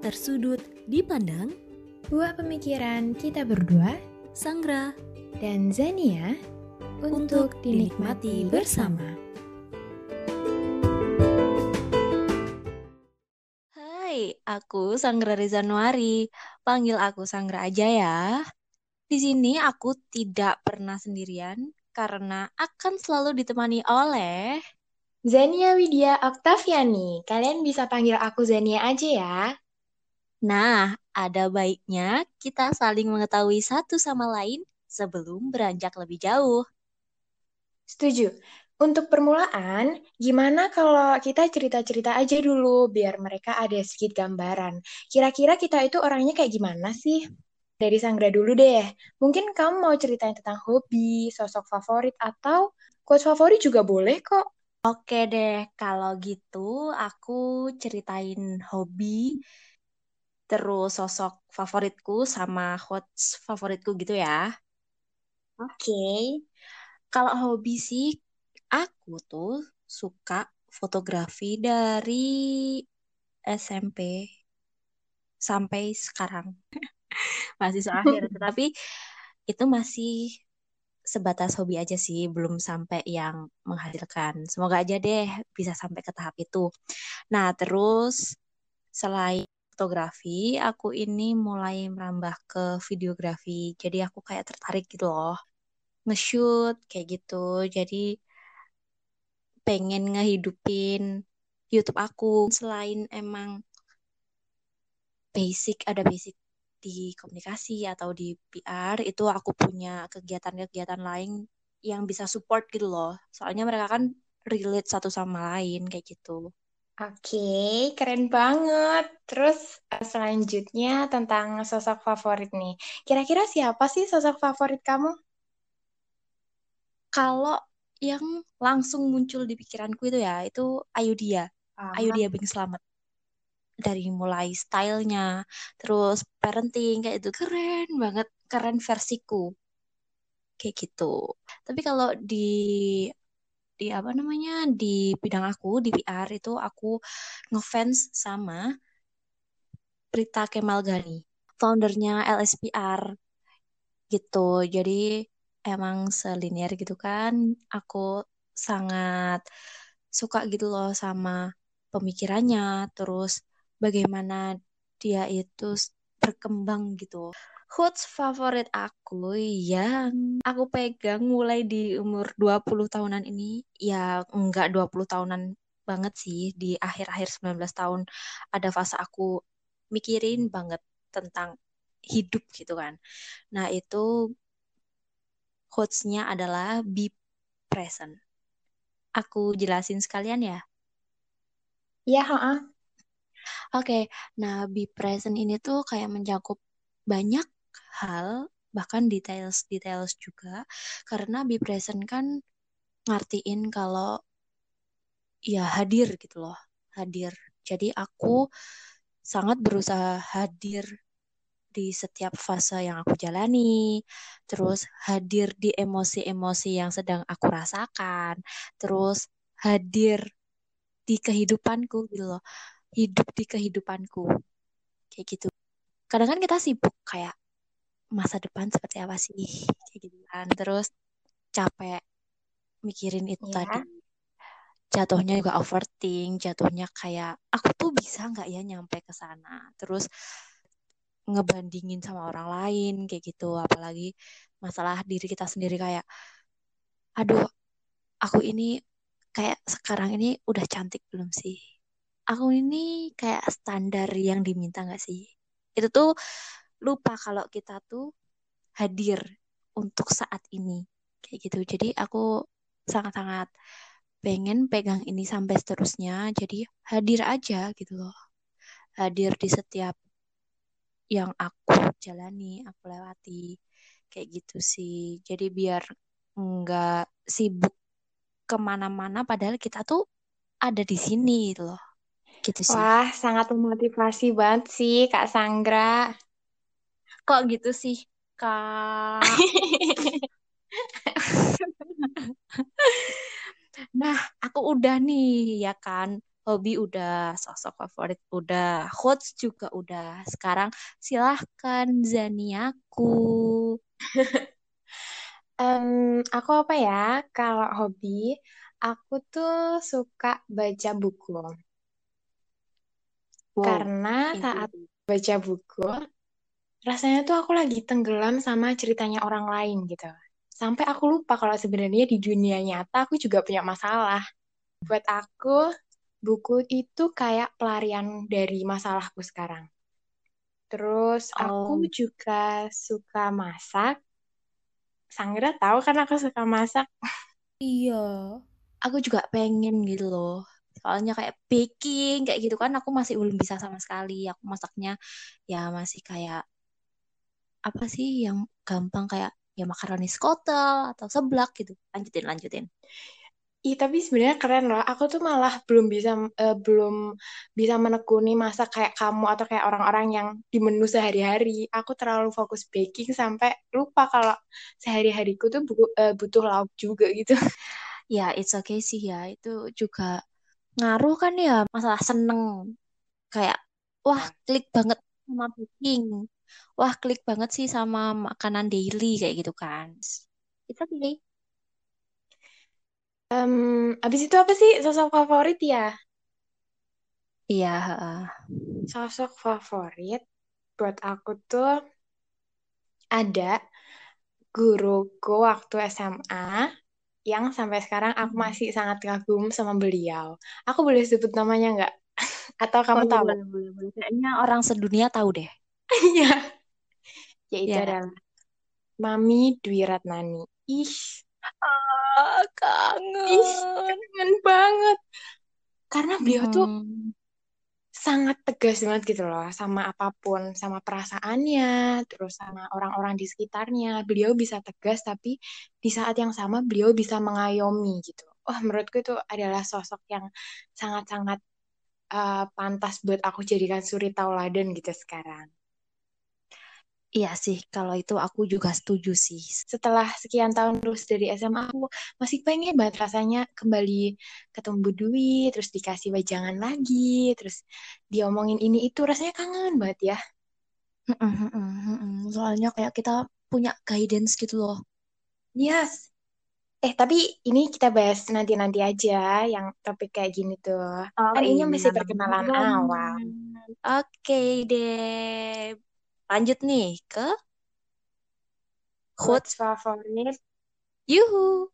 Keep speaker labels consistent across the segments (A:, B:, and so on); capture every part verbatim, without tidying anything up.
A: tersudut dipandang,
B: buah pemikiran kita berdua,
A: Sanggra,
B: dan Zania, untuk dinikmati bersama.
C: Hai, aku Sanggra Rizanwari. Panggil aku Sanggra aja ya. Di sini aku tidak pernah sendirian karena akan selalu ditemani oleh
B: Zania Widya Oktaviani, kalian bisa panggil aku Zania aja ya.
C: Nah, ada baiknya kita saling mengetahui satu sama lain sebelum beranjak lebih jauh.
B: Setuju. Untuk permulaan, gimana kalau kita cerita-cerita aja dulu biar mereka ada sedikit gambaran. Kira-kira kita itu orangnya kayak gimana sih? Dari Sanggra dulu deh. Mungkin kamu mau ceritain tentang hobi, sosok favorit, atau quotes favorit juga boleh kok.
C: Oke deh, kalau gitu aku ceritain hobi, terus sosok favoritku sama quotes favoritku gitu ya.
B: Oke.
C: Kalau hobi sih, aku tuh suka fotografi dari S M P sampai sekarang. Mahasiswa akhir. Tetapi itu masih sebatas hobi aja sih, belum sampai yang menghasilkan. Semoga aja deh bisa sampai ke tahap itu. Nah, terus selain fotografi, aku ini mulai merambah ke videografi. Jadi aku kayak tertarik gitu loh. Nge-shoot kayak gitu. Jadi pengen ngehidupin YouTube aku. Selain emang basic, ada basic di komunikasi atau di P R, itu aku punya kegiatan-kegiatan lain yang bisa support gitu loh. Soalnya mereka kan relate satu sama lain kayak gitu.
B: Oke, keren banget. Terus eh, selanjutnya tentang sosok favorit nih. Kira-kira siapa sih sosok favorit kamu?
C: Kalau yang langsung muncul di pikiranku itu ya, itu Ayudhya.
B: Ah,
C: Ayudhya Bing Slamet. Dari mulai stylenya, terus parenting kayak itu keren banget, keren versiku kayak gitu. Tapi kalau di di apa namanya di bidang aku di P R itu aku ngefans sama Prita Kemalgani, foundernya L S P R gitu. Jadi emang selinier gitu kan. Aku sangat suka gitu loh sama pemikirannya, terus bagaimana dia itu s- berkembang gitu. Quotes favorit aku yang aku pegang mulai di umur dua puluh tahunan ini, ya enggak dua puluh tahunan banget sih, di akhir-akhir sembilan belas tahun ada fase aku mikirin banget tentang hidup gitu kan. Nah, itu quotes-nya adalah be present. Aku jelasin sekalian ya.
B: iya, ha.
C: Oke, nah be present ini tuh kayak mencakup banyak hal, bahkan details-details juga. Karena be present kan ngartiin kalau ya hadir gitu loh, hadir. Jadi aku sangat berusaha hadir di setiap fase yang aku jalani, terus hadir di emosi-emosi yang sedang aku rasakan, terus hadir di kehidupanku gitu loh, hidup di kehidupanku, kayak gitu. Kadang kan kita sibuk kayak masa depan seperti apa sih, kayak gitu kan, terus capek mikirin itu tadi,
B: Ya.
C: jatuhnya juga overthink, jatuhnya kayak aku tuh bisa nggak ya nyampe ke sana, terus ngebandingin sama orang lain kayak gitu, apalagi masalah diri kita sendiri kayak aduh, aku ini kayak sekarang ini udah cantik belum sih, aku ini kayak standar yang diminta nggak sih. Itu tuh lupa kalau kita tuh hadir untuk saat ini kayak gitu. Jadi aku sangat-sangat pengen pegang ini sampai seterusnya, jadi hadir aja gitu loh, hadir di setiap yang aku jalani, aku lewati kayak gitu sih. Jadi biar nggak sibuk kemana-mana, padahal kita tuh ada di sini gitu loh. Gitu sih.
B: Wah, sangat memotivasi banget sih, Kak Sanggra.
C: Kok gitu sih, Kak? Nah, aku udah nih ya kan hobi udah, sosok favorit udah, quotes juga udah. Sekarang silahkan Zaniaku.
B: Em, aku apa ya? Kalau hobi, aku tuh suka baca buku.
C: Wow,
B: Karena saat
C: inti.
B: baca buku, rasanya tuh aku lagi tenggelam sama ceritanya orang lain gitu. Sampai aku lupa kalau sebenarnya di dunia nyata aku juga punya masalah. Buat aku, buku itu kayak pelarian dari masalahku sekarang. Terus aku
C: Oh,
B: juga suka masak. Sangra tahu kan aku suka masak.
A: Iya.
C: aku juga pengen gitu loh. Soalnya kayak baking kayak gitu kan aku masih belum bisa sama sekali. Aku masaknya ya masih kayak apa sih yang gampang kayak ya makaroni skotel atau seblak gitu. Lanjutin, lanjutin.
B: Ih, tapi sebenarnya keren loh. Aku tuh malah belum bisa eh, belum bisa menekuni masak kayak kamu atau kayak orang-orang yang di menu sehari-hari. Aku terlalu fokus baking sampai lupa kalau sehari-hariku tuh buku- eh, butuh lauk juga gitu.
C: Ya, it's okay sih ya. Itu juga ngaruh kan ya masalah seneng. Kayak, wah klik banget sama baking. Wah klik banget sih sama makanan daily kayak gitu kan. It's okay.
B: Em, abis itu apa sih sosok favorit ya?
C: Iya, heeh.
B: Sosok favorit buat aku tuh ada guruku waktu S M A yang sampai sekarang aku
C: Mm.
B: masih sangat kagum sama beliau. Aku boleh sebut namanya nggak? Atau kamu
C: Boleh,
B: tahu?
C: boleh, boleh, boleh. Kayaknya orang sedunia tahu deh.
B: Iya, yaitu
C: Ya.
B: adalah Mami Dwi Ratnani. Ih,
C: Ah,
B: ih,
C: kangen.
B: kangen banget. Karena beliau tuh
C: Mm-mm.
B: sangat tegas banget gitu loh sama apapun, sama perasaannya, terus sama orang-orang di sekitarnya. Beliau bisa tegas, tapi di saat yang sama beliau bisa mengayomi gitu. Wah, menurutku itu adalah sosok yang sangat-sangat eh, pantas buat aku jadikan suri tauladan gitu sekarang.
C: Iya sih, kalau itu aku juga setuju sih.
B: Setelah sekian tahun lulus dari S M A, aku masih pengen banget rasanya kembali ketemu Bu Dwi, terus dikasih wejangan lagi, terus diomongin ini itu, rasanya kangen banget ya.
C: Mm-mm, mm-mm, mm-mm. Soalnya kayak kita punya guidance gitu loh.
B: Yes. Eh, tapi ini kita bahas nanti-nanti aja yang topik kayak gini tuh.
C: Oh
B: Kan ini
C: iya,
B: masih perkenalan awal.
C: benar. Oke deh. Lanjut nih ke
B: Quotes
C: quotes.
B: favorit,
C: Yuhu.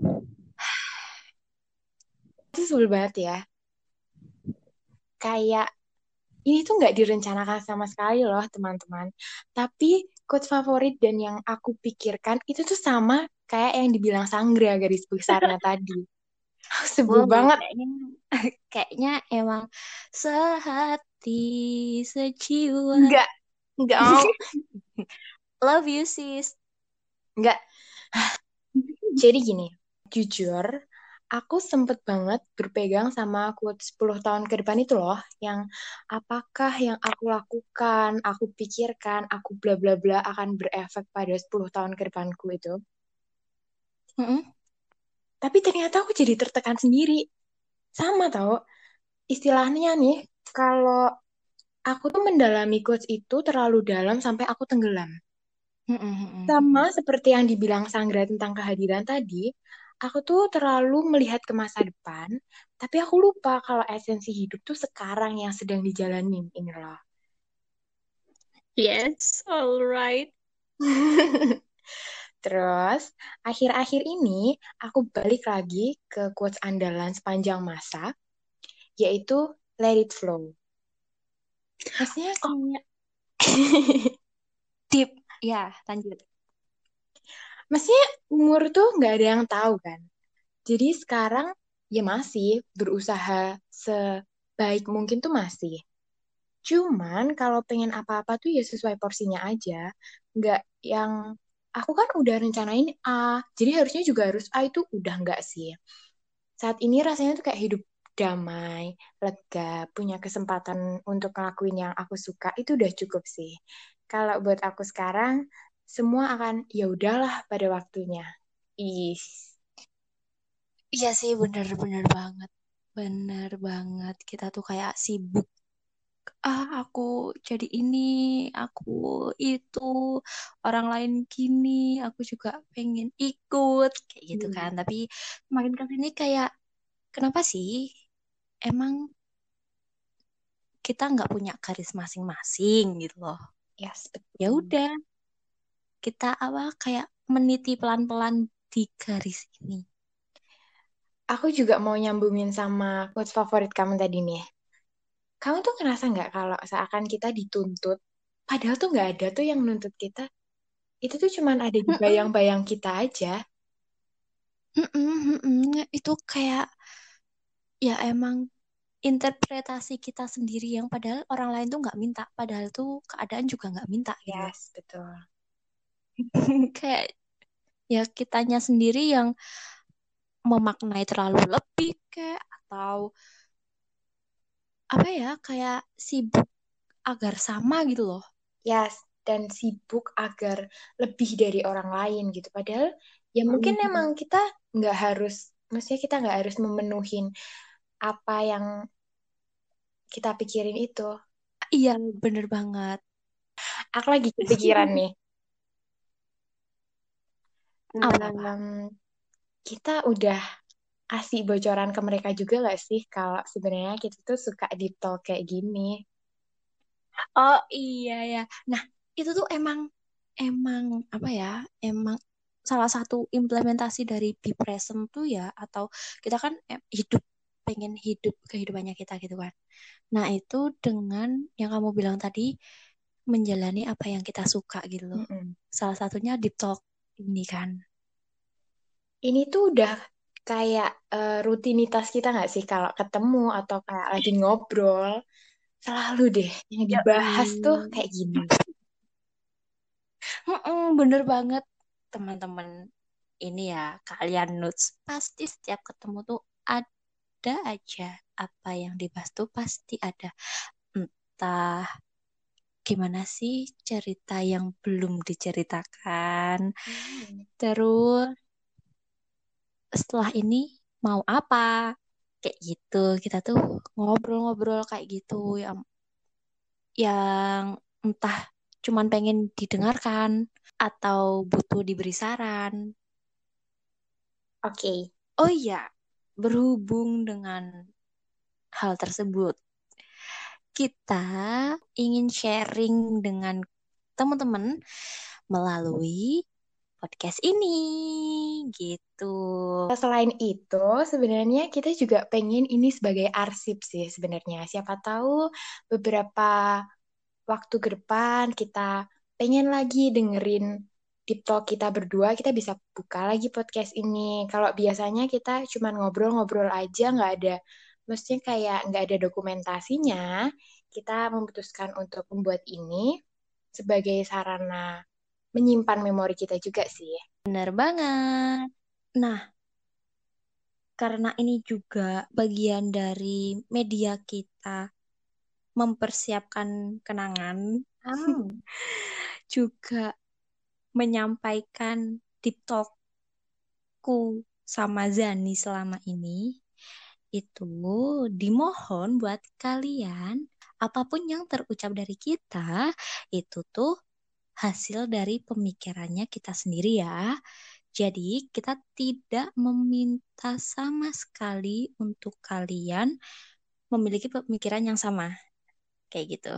B: itu sebel banget ya. Kayak ini tuh nggak direncanakan sama sekali loh, teman-teman. Tapi quotes favorit dan yang aku pikirkan itu tuh sama kayak yang dibilang Sanggra garis besarnya tadi. Sebel
C: Wow,
B: banget.
C: kayaknya kayaknya emang sehati sejiwa.
B: Nggak, nggak mau.
C: Love you sis.
B: Nggak. Jadi gini, jujur, aku sempet banget berpegang sama quotes sepuluh tahun ke depan itu loh, yang apakah yang aku lakukan, aku pikirkan, aku bla bla bla akan berefek pada sepuluh tahun ke depanku itu.
C: Mm-mm.
B: Tapi ternyata aku jadi tertekan sendiri. Sama tau, istilahnya nih, kalau aku tuh mendalami quotes itu terlalu dalam sampai aku tenggelam.
C: Mm-mm, mm-mm,
B: Sama
C: mm-mm.
B: seperti yang dibilang Sanggra tentang kehadiran tadi, aku tuh terlalu melihat ke masa depan, tapi aku lupa kalau esensi hidup tuh sekarang yang sedang dijalanin ini loh.
C: Yes, alright.
B: Terus, akhir-akhir ini aku balik lagi ke quotes andalan sepanjang masa, yaitu Let It Flow. Maksudnya
C: Oh,
B: kayak,
C: deep. Ya, lanjut.
B: maksudnya umur tuh nggak ada yang tahu kan. Jadi sekarang ya masih berusaha sebaik mungkin tuh masih. Cuman kalau pengen apa-apa tuh ya sesuai porsinya aja. Nggak yang aku kan udah rencanain A, jadi harusnya juga harus A itu udah nggak sih. Saat ini rasanya tuh kayak hidup damai, lega, punya kesempatan untuk ngelakuin yang aku suka itu udah cukup sih. Kalau buat aku sekarang semua akan ya udahlah pada waktunya. Ih,
C: Iya sih, bener-bener banget. bener banget. Kita tuh kayak sibuk. Ah, aku jadi ini, aku itu, orang lain gini, aku juga pengen ikut, kayak gitu
B: Hmm.
C: kan. Tapi makin ke sini kayak, kenapa sih? Emang kita nggak punya garis masing-masing gitu loh.
B: Yes,
C: Ya
B: betul.
C: udah, kita apa kayak meniti pelan-pelan di garis ini.
B: Aku juga mau nyambungin sama quotes favorit kamu tadi nih. Kamu tuh ngerasa nggak kalau seakan kita dituntut, padahal tuh nggak ada tuh yang nuntut kita. Itu tuh cuman ada di
C: Mm-mm,
B: bayang-bayang kita aja.
C: mm-mm, mm-mm. Itu kayak ya emang interpretasi kita sendiri yang padahal orang lain tuh nggak minta, padahal tuh keadaan juga nggak minta gitu loh.
B: Yes, betul.
C: Kayak ya kitanya sendiri yang memaknai terlalu lebih kayak atau apa ya kayak sibuk agar sama gitu loh.
B: Yes, dan sibuk agar lebih dari orang lain gitu. Padahal ya mungkin emang
C: Mm.
B: kita nggak harus, maksudnya kita nggak harus memenuhin apa yang kita pikirin itu.
C: Iya, bener banget.
B: Aku lagi kepikiran nih.
C: Apa-apa?
B: Em, kita udah kasih bocoran ke mereka juga nggak sih kalau sebenarnya kita tuh suka deep talk kayak gini.
C: Oh iya ya. Nah, itu tuh emang emang apa ya? Emang salah satu implementasi dari be present tuh ya atau kita kan eh, hidup pengen hidup kehidupannya kita gitu kan. Nah, itu dengan yang kamu bilang tadi menjalani apa yang kita suka gitu loh.
B: Mm-mm.
C: Salah satunya deep talk ini kan.
B: Ini tuh udah kayak eh, rutinitas kita nggak sih kalau ketemu atau kayak lagi ngobrol, selalu deh yang
C: Ya,
B: dibahas tuh
C: mm.
B: kayak gini.
C: Mm-mm, bener banget teman-teman ini ya kalian notes pasti setiap ketemu tuh ada aja apa yang dibahas tuh pasti ada entah gimana sih cerita yang belum diceritakan
B: Hmm.
C: terus setelah ini mau apa kayak gitu kita tuh ngobrol-ngobrol kayak gitu yang yang entah cuman pengen didengarkan atau butuh diberi saran.
B: Oke.
C: Oh iya, berhubung dengan hal tersebut, kita ingin sharing dengan teman-teman melalui podcast ini, gitu.
B: Selain itu, sebenarnya kita juga pengen ini sebagai arsip sih sebenarnya. Siapa tahu beberapa waktu ke depan kita pengen lagi dengerin deep talk kita berdua, kita bisa buka lagi podcast ini. Kalau biasanya kita cuma ngobrol-ngobrol aja, nggak ada, maksudnya kayak nggak ada dokumentasinya, kita memutuskan untuk membuat ini sebagai sarana menyimpan memori kita juga sih.
C: Bener banget. Nah, karena ini juga bagian dari media kita mempersiapkan kenangan,
B: Hmm.
C: juga menyampaikan deep talkku sama Zani selama ini, itu dimohon buat kalian, apapun yang terucap dari kita, itu tuh hasil dari pemikirannya kita sendiri ya. Jadi kita tidak meminta sama sekali untuk kalian memiliki pemikiran yang sama. Kayak gitu.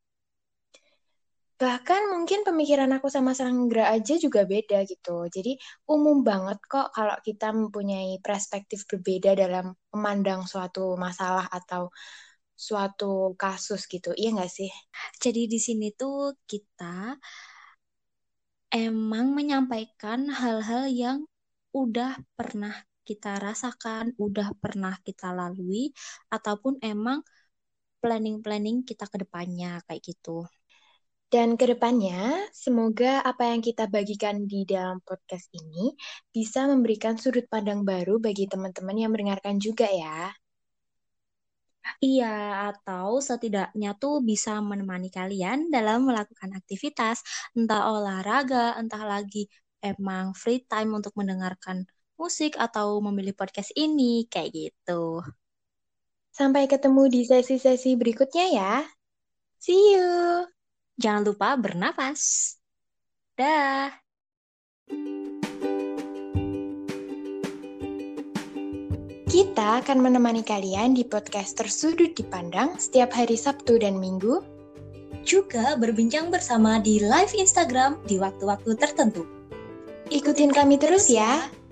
B: Bahkan mungkin pemikiran aku sama Sanggra aja juga beda gitu. Jadi umum banget kok kalau kita mempunyai perspektif berbeda dalam memandang suatu masalah atau suatu kasus gitu. Iya nggak sih?
C: Jadi di sini tuh kita emang menyampaikan hal-hal yang udah pernah kita rasakan, udah pernah kita lalui, ataupun emang planning-planning kita ke depannya kayak gitu.
B: Dan ke depannya, semoga apa yang kita bagikan di dalam podcast ini bisa memberikan sudut pandang baru bagi teman-teman yang mendengarkan juga ya.
C: Iya, atau setidaknya tuh bisa menemani kalian dalam melakukan aktivitas, entah olahraga, entah lagi emang free time untuk mendengarkan musik atau memilih podcast ini, kayak gitu.
B: Sampai ketemu di sesi-sesi berikutnya ya. See you.
C: Jangan lupa bernapas. Dah.
B: Kita akan menemani kalian di podcast Tersudut Dipandang setiap hari Sabtu dan Minggu.
A: Juga berbincang bersama di live Instagram di waktu-waktu tertentu.
B: Ikutin kami terus ya.